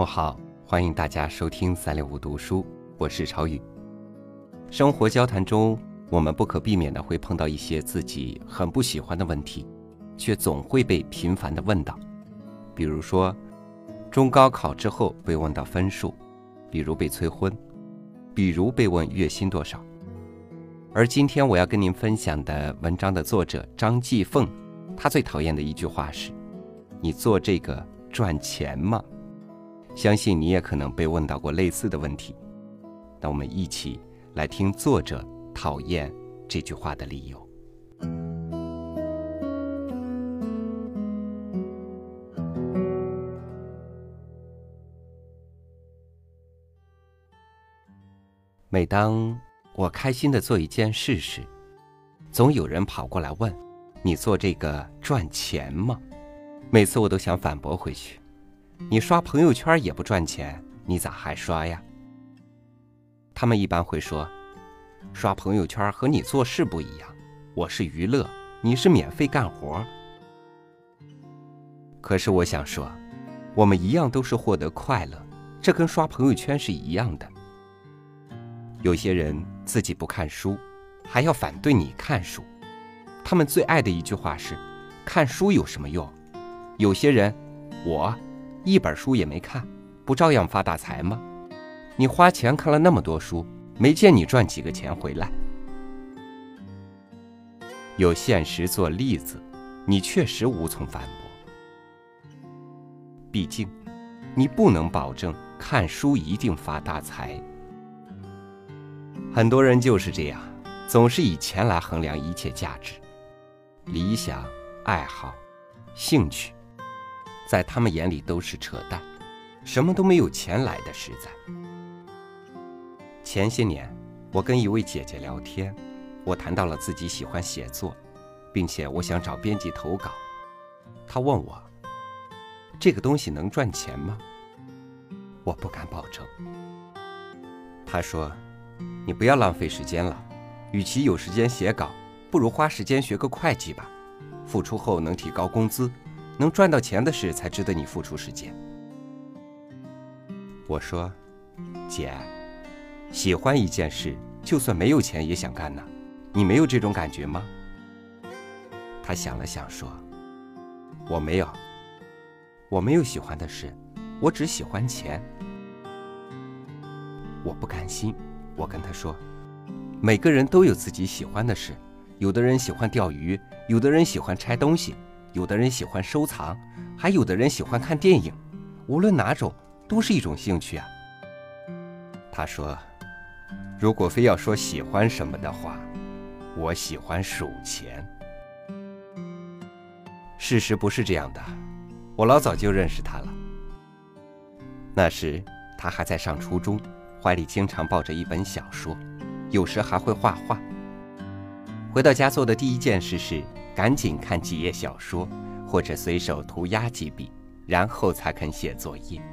午好，欢迎大家收听365读书，我是朝宇。生活交谈中，我们不可避免的会碰到一些自己很不喜欢的问题，却总会被频繁的问到。比如说，中高考之后被问到分数，比如被催婚，比如被问月薪多少。而今天我要跟您分享的文章的作者张继凤，他最讨厌的一句话是：你做这个赚钱吗？相信你也可能被问到过类似的问题。那我们一起来听作者讨厌这句话的理由。每当我开心地做一件事时，总有人跑过来问：你做这个赚钱吗？每次我都想反驳回去：你刷朋友圈也不赚钱，你咋还刷呀？他们一般会说，刷朋友圈和你做事不一样，我是娱乐，你是免费干活。可是我想说，我们一样都是获得快乐，这跟刷朋友圈是一样的。有些人自己不看书，还要反对你看书，他们最爱的一句话是：看书有什么用？有些人，我一本书也没看，不照样发大财吗？你花钱看了那么多书，没见你赚几个钱回来。有现实做例子，你确实无从反驳。毕竟，你不能保证看书一定发大财。很多人就是这样，总是以钱来衡量一切价值。理想、爱好、兴趣，在他们眼里都是扯淡，什么都没有钱来的实在。前些年，我跟一位姐姐聊天，我谈到了自己喜欢写作，并且我想找编辑投稿。她问我，这个东西能赚钱吗？我不敢保证。她说，你不要浪费时间了，与其有时间写稿，不如花时间学个会计吧，付出后能提高工资，能赚到钱的事才值得你付出时间。我说，姐，喜欢一件事，就算没有钱也想干呢，你没有这种感觉吗？她想了想说，我没有喜欢的事，我只喜欢钱。我不甘心，我跟她说，每个人都有自己喜欢的事，有的人喜欢钓鱼，有的人喜欢拆东西，有的人喜欢收藏，还有的人喜欢看电影，无论哪种都是一种兴趣啊。他说，如果非要说喜欢什么的话，我喜欢数钱。事实不是这样的，我老早就认识他了。那时他还在上初中，怀里经常抱着一本小说，有时还会画画。回到家做的第一件事是赶紧看几页小说，或者随手涂鸦几笔，然后才肯写作业。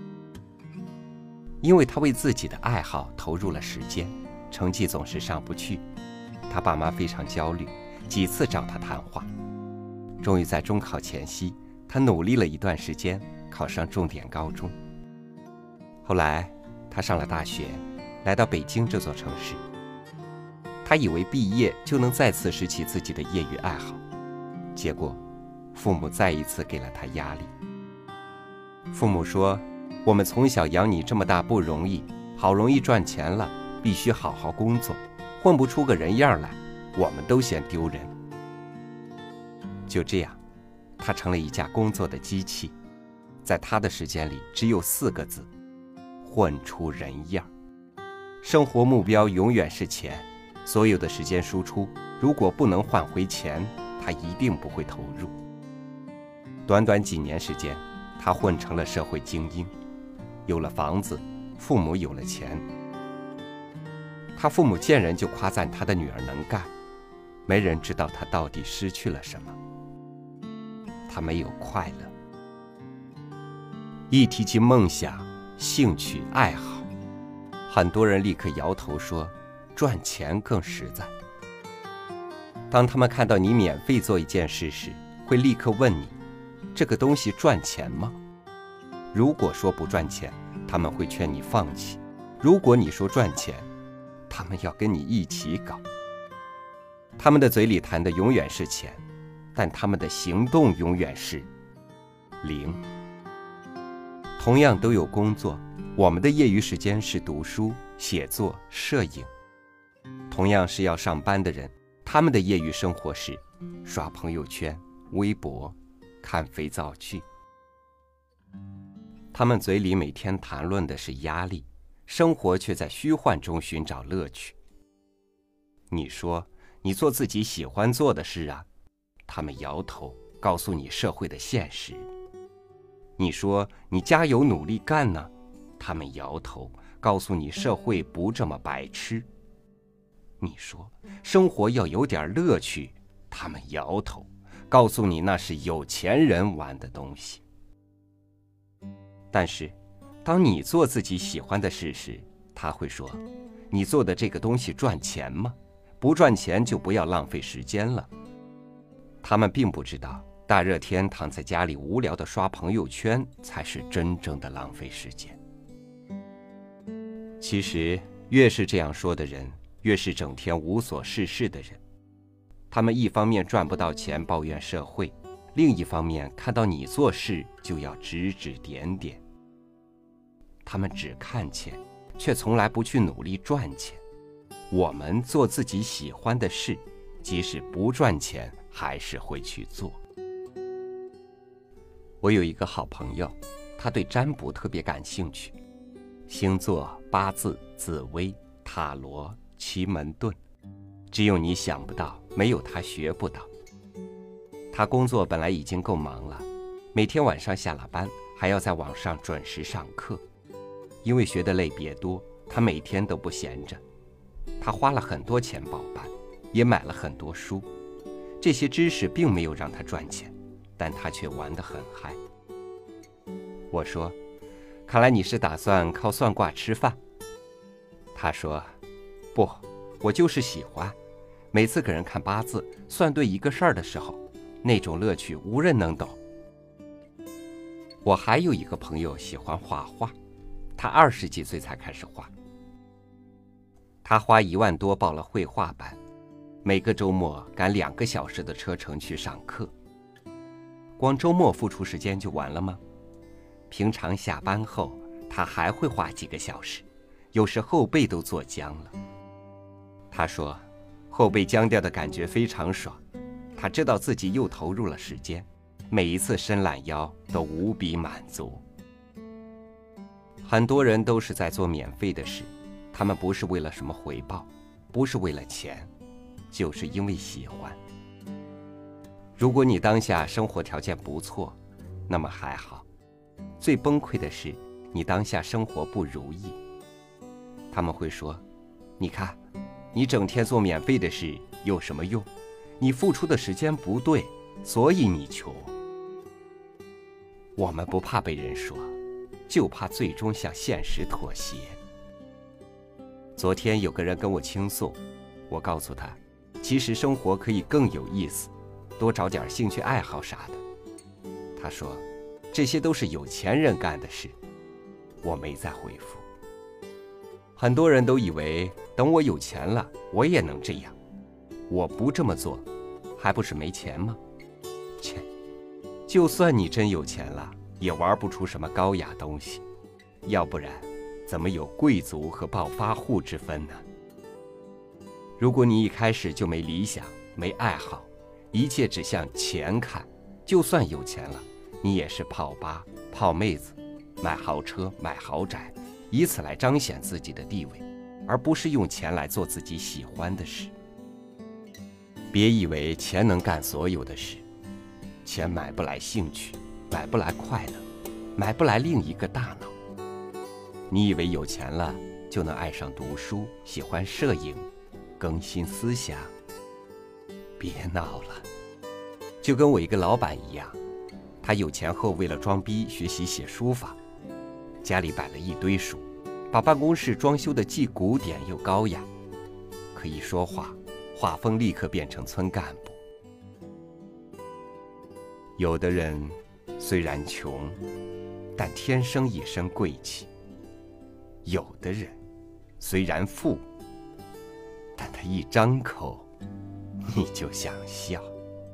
因为他为自己的爱好投入了时间，成绩总是上不去，他爸妈非常焦虑，几次找他谈话。终于在中考前夕，他努力了一段时间，考上重点高中。后来他上了大学，来到北京这座城市。他以为毕业就能再次拾起自己的业余爱好，结果父母再一次给了他压力。父母说，我们从小养你这么大不容易，好容易赚钱了，必须好好工作，混不出个人样来，我们都嫌丢人。就这样，他成了一架工作的机器，在他的时间里只有4个字：混出人样。生活目标永远是钱，所有的时间输出，如果不能换回钱，他一定不会投入。短短几年时间，他混成了社会精英，有了房子，父母有了钱。他父母见人就夸赞他的女儿能干，没人知道他到底失去了什么。他没有快乐。一提起梦想、兴趣、爱好，很多人立刻摇头说，赚钱更实在。当他们看到你免费做一件事时，会立刻问你，这个东西赚钱吗？ 如果说不赚钱，他们会劝你放弃；如果你说赚钱，他们要跟你一起搞。他们的嘴里谈的永远是钱，但他们的行动永远是零。同样都有工作，我们的业余时间是读书、写作、摄影。同样是要上班的人，他们的业余生活是刷朋友圈、微博、看肥皂剧。他们嘴里每天谈论的是压力，生活却在虚幻中寻找乐趣。你说你做自己喜欢做的事啊，他们摇头，告诉你社会的现实。你说你加油努力干呢，他们摇头，告诉你社会不这么白痴。你说生活要有点乐趣，他们摇头，告诉你那是有钱人玩的东西。但是当你做自己喜欢的事时，他会说，你做的这个东西赚钱吗？不赚钱就不要浪费时间了。他们并不知道，大热天躺在家里无聊地刷朋友圈才是真正的浪费时间。其实越是这样说的人，越是整天无所事事的人。他们一方面赚不到钱抱怨社会，另一方面看到你做事就要指指点点。他们只看钱，却从来不去努力赚钱。我们做自己喜欢的事，即使不赚钱还是会去做。我有一个好朋友，他对占卜特别感兴趣，星座、八字、紫微、塔罗、奇门遁，只有你想不到，没有他学不到。他工作本来已经够忙了，每天晚上下了班还要在网上准时上课。因为学的类别多，他每天都不闲着。他花了很多钱报班，也买了很多书。这些知识并没有让他赚钱，但他却玩得很嗨。我说，看来你是打算靠算卦吃饭。他说，不，我就是喜欢。每次给人看八字，算对一个事儿的时候，那种乐趣无人能懂。我还有一个朋友喜欢画画，他20几岁才开始画。他花1万多报了绘画班，每个周末赶2个小时的车程去上课。光周末付出时间就完了吗？平常下班后，他还会画几个小时，有时后背都做僵了。他说，后背僵掉的感觉非常爽，他知道自己又投入了时间，每一次伸懒腰都无比满足。很多人都是在做免费的事，他们不是为了什么回报，不是为了钱，就是因为喜欢。如果你当下生活条件不错，那么还好。最崩溃的是，你当下生活不如意。他们会说，你看，你整天做免费的事有什么用？你付出的时间不对，所以你穷。我们不怕被人说，就怕最终向现实妥协。昨天有个人跟我倾诉，我告诉他，其实生活可以更有意思，多找点兴趣爱好啥的。他说，这些都是有钱人干的事。我没再回复。很多人都以为等我有钱了，我也能这样。我不这么做，还不是没钱吗？切，就算你真有钱了，也玩不出什么高雅东西，要不然怎么有贵族和暴发户之分呢？如果你一开始就没理想、没爱好，一切只向钱看，就算有钱了，你也是泡吧、泡妹子、买豪车、买豪宅，以此来彰显自己的地位，而不是用钱来做自己喜欢的事。别以为钱能干所有的事，钱买不来兴趣，买不来快乐，买不来另一个大脑。你以为有钱了就能爱上读书，喜欢摄影，更新思想？别闹了。就跟我一个老板一样，他有钱后为了装逼学习写书法，家里摆了一堆书，把办公室装修得既古典又高雅，可以说话，画风立刻变成村干部。有的人虽然穷， 但天生一身贵气。有的人虽然富，但他一张口，你就想笑。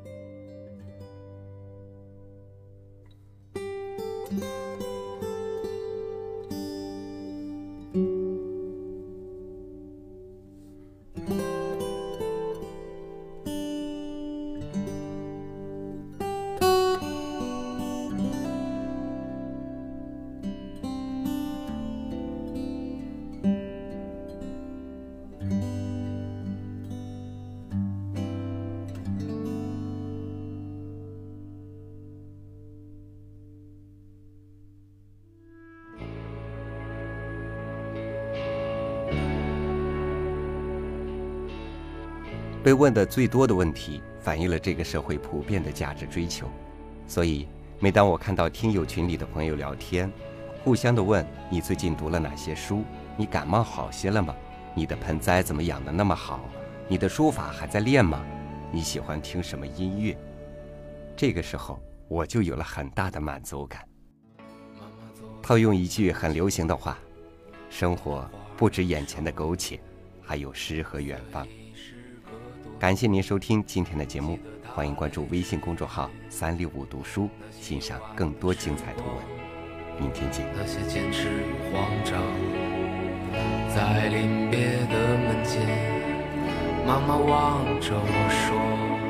被问的最多的问题，反映了这个社会普遍的价值追求。所以，每当我看到听友群里的朋友聊天，互相的问你最近读了哪些书，你感冒好些了吗？你的盆栽怎么养得那么好？你的书法还在练吗？你喜欢听什么音乐？这个时候，我就有了很大的满足感。套用一句很流行的话，生活不止眼前的苟且，还有诗和远方。感谢您收听今天的节目，欢迎关注微信公众号365读书，欣赏更多精彩图文。明天见。 那些坚持与慌张，在临别的门前，妈妈望着我说，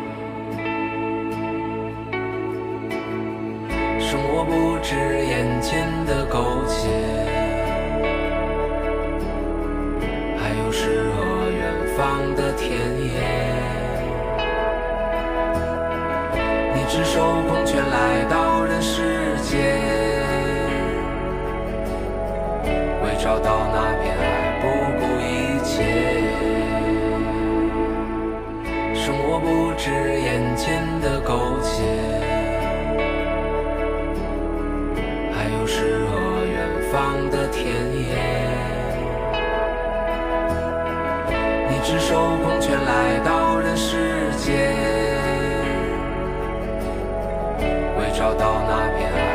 生活不止眼前的苟且，还有诗和远方的田野。你只手空拳来到人世间，为找到那片爱不顾一切。生活不止眼前的苟且，还有诗和远方的田野。你只手空拳来到人世间，为找到那片爱